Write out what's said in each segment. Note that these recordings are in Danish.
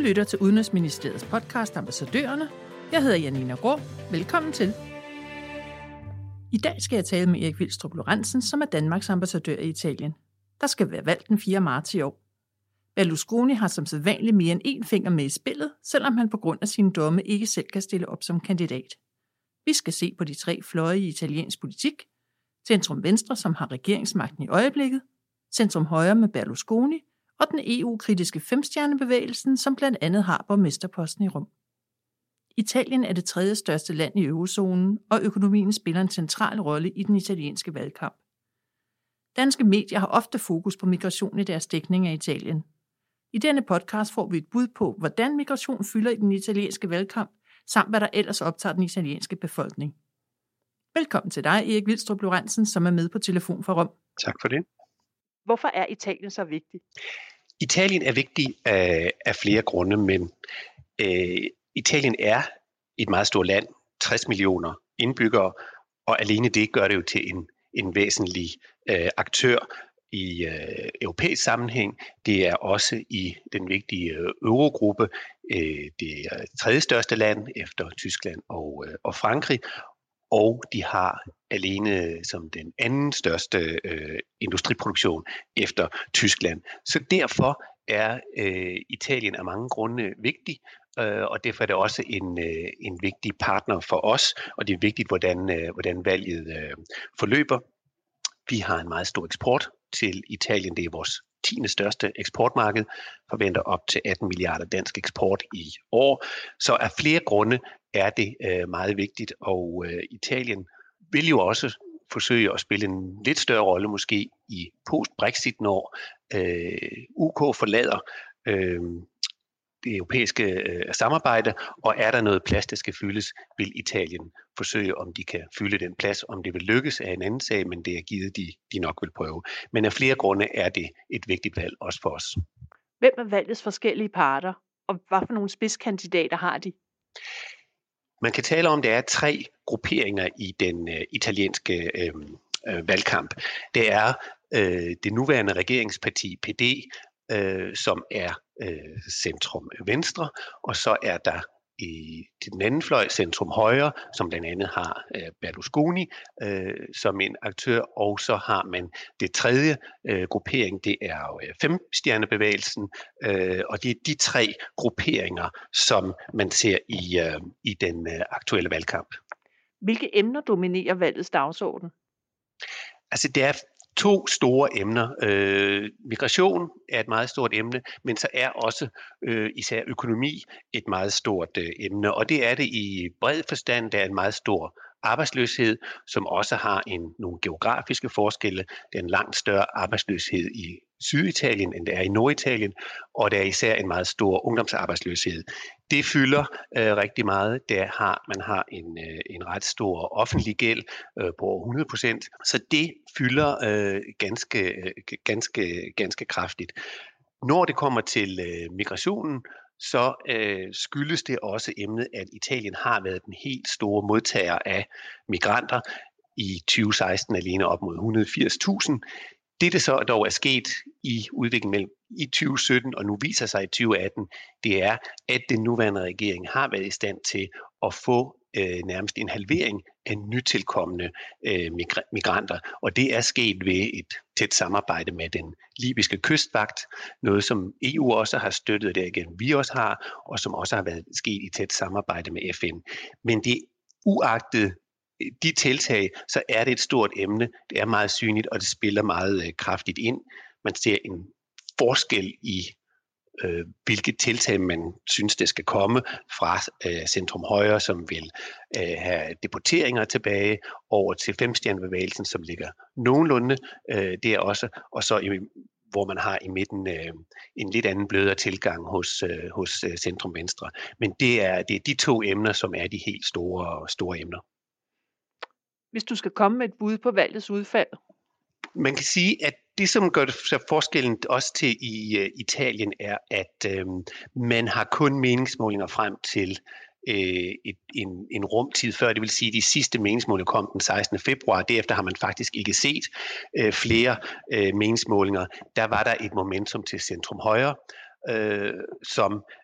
lytter til Udenrigsministeriets podcast Ambassadørerne. Jeg hedder Janina Grå. Velkommen til. I dag skal jeg tale med Erik Vilstrup Lorentzen, som er Danmarks ambassadør i Italien. Der skal være valgt den 4. marts i år. Berlusconi har som sædvanligt mere end én finger med i spillet, selvom han på grund af sine domme ikke selv kan stille op som kandidat. Vi skal se på de 3 fløje i italiensk politik. Centrum Venstre, som har regeringsmagten i øjeblikket. Centrum Højre med Berlusconi. Og den EU-kritiske femstjernebevægelsen, som blandt andet har borgmesterposten i Rom. Italien er det 3. største land i eurozonen, og økonomien spiller en central rolle i den italienske valgkamp. Danske medier har ofte fokus på migration i deres dækning af Italien. I denne podcast får vi et bud på, hvordan migration fylder i den italienske valgkamp, samt hvad der ellers optager den italienske befolkning. Velkommen til dig, Erik Vilstrup Lorentzen, som er med på telefon fra Rom. Tak for det. Hvorfor er Italien så vigtig? Italien er vigtig af flere grunde, men Italien er et meget stort land, 60 millioner indbyggere, og alene det gør det jo til en væsentlig aktør i europæisk sammenhæng. Det er også i den vigtige eurogruppe det 3. største land efter Tyskland og Frankrig, og de har alene som den anden største industriproduktion efter Tyskland. Så derfor er Italien af mange grunde vigtig, og derfor er det også en vigtig partner for os, og det er vigtigt, hvordan valget forløber. Vi har en meget stor eksport til Italien. Det er vores 10. største eksportmarked, forventer op til 18 milliarder dansk eksport i år. Så af flere grunde er det meget vigtigt, og Italien vil jo også forsøge at spille en lidt større rolle måske i post-Brexit, når UK forlader det europæiske samarbejde, og er der noget plads, der skal fyldes, vil Italien forsøge, om de kan fylde den plads. Om det vil lykkes er en anden sag, men det er givet, de nok vil prøve. Men af flere grunde er det et vigtigt valg også for os. Hvem er valgets forskellige parter, og hvad for nogle spidskandidater har de? Man kan tale om, at der er 3 grupperinger i den italienske valgkamp. Det er det nuværende regeringsparti PD, som er Centrum Venstre, og så er der til den anden fløj Centrum Højre, som blandt andet har Berlusconi som en aktør, og så har man det 3. gruppering, det er jo femstjernebevægelsen, og det er de 3 grupperinger, som man ser i den aktuelle valgkamp. Hvilke emner dominerer valgets dagsorden? Altså det er 2 store emner. Migration er et meget stort emne, men så er også især økonomi et meget stort emne, og det er det i bred forstand. Der er en meget stor arbejdsløshed, som også har nogle geografiske forskelle. Der er en langt større arbejdsløshed i Syditalien, end det er i Norditalien, og der er især en meget stor ungdomsarbejdsløshed. Det fylder rigtig meget. Man har en ret stor offentlig gæld på over 100%, så det fylder ganske kraftigt. Når det kommer til migrationen, så skyldes det også emnet, at Italien har været den helt store modtager af migranter. I 2016 alene op mod 180.000. Det så dog er sket i udviklingen mellem i 2017 og nu viser sig i 2018, det er, at den nuværende regering har været i stand til at få nærmest en halvering af nytilkommende migranter. Og det er sket ved et tæt samarbejde med den libyske kystvagt, noget som EU også har støttet, og derigennem vi også har, og som også har været sket i tæt samarbejde med FN. Men det uagtet de tiltag, så er det et stort emne. Det er meget synligt, og det spiller meget kraftigt ind. Man ser en forskel i, hvilke tiltag man synes, det skal komme fra Centrum Højre, som vil have deporteringer tilbage, over til femstjernebevægelsen, som ligger nogenlunde der også, og så hvor man har i midten en lidt anden blødere tilgang hos Centrum Venstre. Men det er de 2 emner, som er de helt store emner. Hvis du skal komme med et bud på valgets udfald? Man kan sige, at det, som gør det så forskellen også til i Italien, er, at man har kun meningsmålinger frem til en rumtid før. Det vil sige, at de sidste meningsmålinger kom den 16. februar. Derefter har man faktisk ikke set flere meningsmålinger. Der var der et momentum til Centrum Højre, som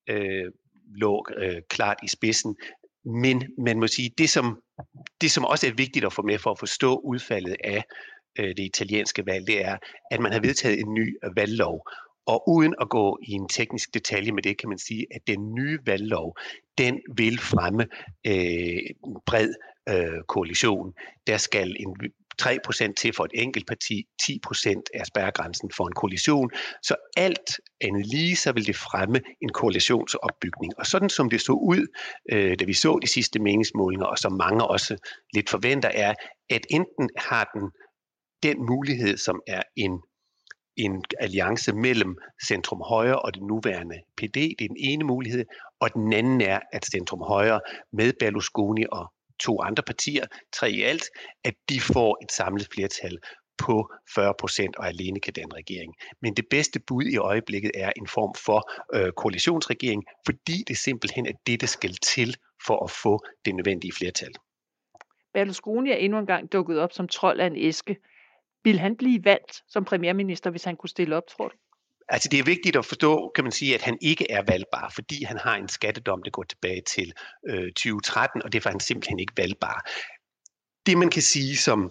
lå klart i spidsen. Men man må sige, det som også er vigtigt at få med for at forstå udfaldet af det italienske valg, det er, at man har vedtaget en ny valglov. Og uden at gå i en teknisk detalje med det, kan man sige, at den nye valglov, den vil fremme en bred koalition. Der skal 3% til for et enkelt parti, 10% er spærregrænsen for en koalition. Så alt andet lige, så vil det fremme en koalitionsopbygning. Og sådan som det så ud, da vi så de sidste meningsmålinger, og som mange også lidt forventer, er, at enten har den mulighed, som er en alliance mellem Centrum Højre og det nuværende PD, det er den ene mulighed, og den anden er, at Centrum Højre med Berlusconi og 2 andre partier, 3 i alt, at de får et samlet flertal på 40% og alene kan danne regering. Men det bedste bud i øjeblikket er en form for koalitionsregering, fordi det simpelthen er det, der skal til for at få det nødvendige flertal. Berlusconi er endnu engang dukket op som trold af en æske. Vil han blive valgt som premierminister, hvis han kunne stille op, tror du? Altså det er vigtigt at forstå, kan man sige, at han ikke er valgbar, fordi han har en skattedom, der går tilbage til 2013, og derfor er han simpelthen ikke valgbar. Det man kan sige, som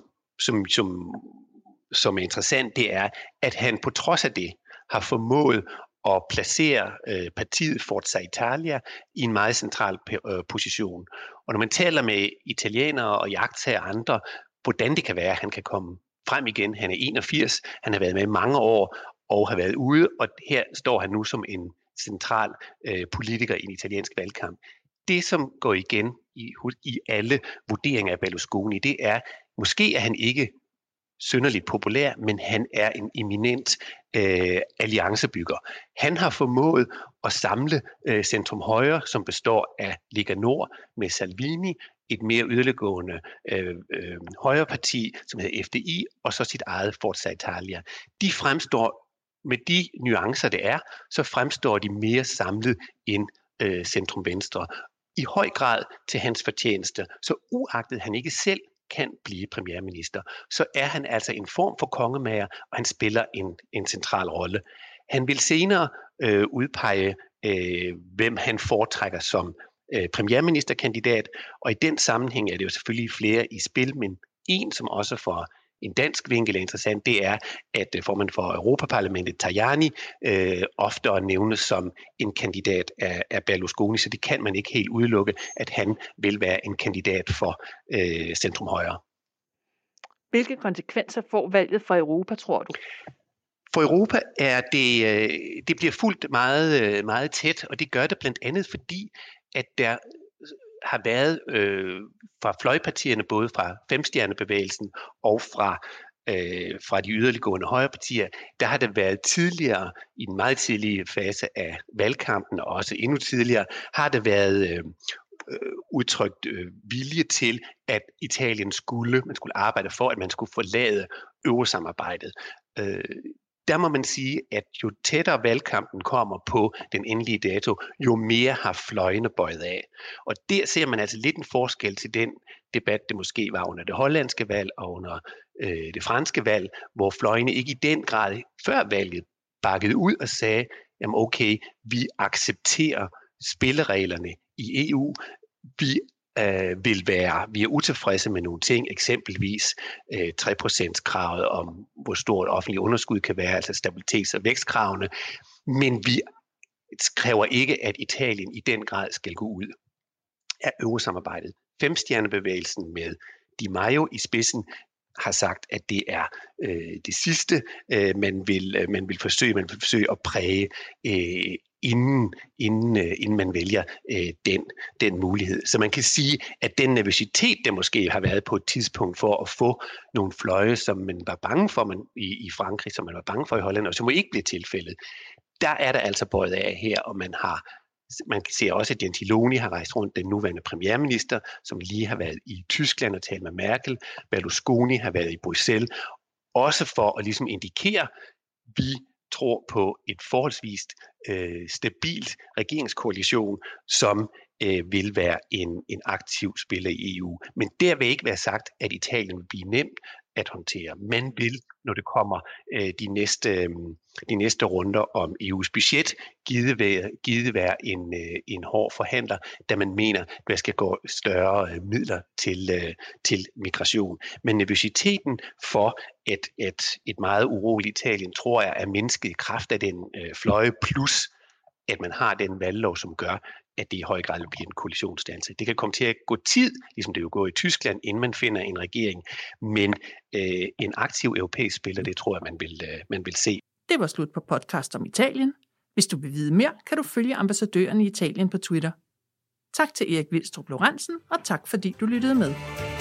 er interessant, det er, at han på trods af det har formået at placere partiet Forza Italia i en meget central position. Og når man taler med italienere og iagttager andre, hvordan det kan være, at han kan komme frem igen. Han er 81, han har været med i mange år og har været ude, og her står han nu som en central politiker i en italiensk valgkamp. Det, som går igen i alle vurderinger af Berlusconi, det er, måske er han ikke synderligt populær, men han er en eminent alliancebygger. Han har formået at samle Centrum Højre, som består af Lega Nord med Salvini, et mere yderliggående højreparti, som hedder FDI, og så sit eget Forza Italia. De fremstår, med de nuancer det er, så fremstår de mere samlet end Centrum Venstre. I høj grad til hans fortjeneste, så uagtet han ikke selv kan blive premierminister, så er han altså en form for kongemager, og han spiller en central rolle. Han vil senere udpege, hvem han foretrækker som premierministerkandidat, og i den sammenhæng er det jo selvfølgelig flere i spil, men en, som også for en dansk vinkel er interessant, det er, at formand for Europaparlamentet, Tajani, ofte nævnes som en kandidat af Berlusconi, så det kan man ikke helt udelukke, at han vil være en kandidat for Centrum Højre. Hvilke konsekvenser får valget for Europa, tror du? For Europa er det bliver fulgt meget, meget tæt, og det gør det blandt andet fordi, at der har været fra fløjpartierne, både fra femstjernebevægelsen og fra de yderliggående højrepartier, der har det været tidligere, i den meget tidlige fase af valgkampen, og også endnu tidligere, har det været udtrykt vilje til, at Italien man skulle arbejde for, at man skulle forlade eurosamarbejdet. Der må man sige, at jo tættere valgkampen kommer på den endelige dato, jo mere har fløjene bøjet af. Og der ser man altså lidt en forskel til den debat, det måske var under det hollandske valg og under det franske valg, hvor fløjene ikke i den grad før valget bakkede ud og sagde, jamen okay, vi accepterer spillereglerne i EU, vi er utilfredse med nogle ting, eksempelvis 3%-kravet om, hvor stort offentligt underskud kan være, altså stabilitets- og vækstkravene, men vi kræver ikke, at Italien i den grad skal gå ud af eurosamarbejdet. Femstjernebevægelsen med Di Maio i spidsen har sagt, at det er det sidste, man vil forsøge at præge inden man vælger den mulighed. Så man kan sige, at den nervøsitet, der måske har været på et tidspunkt for at få nogle fløje, som man var bange for i Frankrig, som man var bange for i Holland, og som ikke blev tilfældet, der er der altså bøjet af her, og man ser også, at Gentiloni har rejst rundt, den nuværende premierminister, som lige har været i Tyskland og talt med Merkel. Berlusconi har været i Bruxelles, også for at ligesom indikere, vi tror på et forholdsvist stabilt regeringskoalition, som vil være en aktiv spiller i EU. Men der vil ikke være sagt, at Italien vil blive nemt, at håndtere. Man vil, når det kommer de næste runder om EU's budget, givet være en hård forhandler, da man mener, at der skal gå større midler til migration. Men nervøsiteten for et meget uroligt Italien, tror jeg, er mindsket i kraft af den fløje, plus at man har den valglov, som gør, at det i høj grad bliver en koalitionsdannelse. Det kan komme til at gå tid, ligesom det jo går i Tyskland, inden man finder en regering, men en aktiv europæisk spiller, det tror jeg, man vil se. Det var slut på podcast om Italien. Hvis du vil vide mere, kan du følge ambassadøren i Italien på Twitter. Tak til Erik Vilstrup Lorentzen, og tak fordi du lyttede med.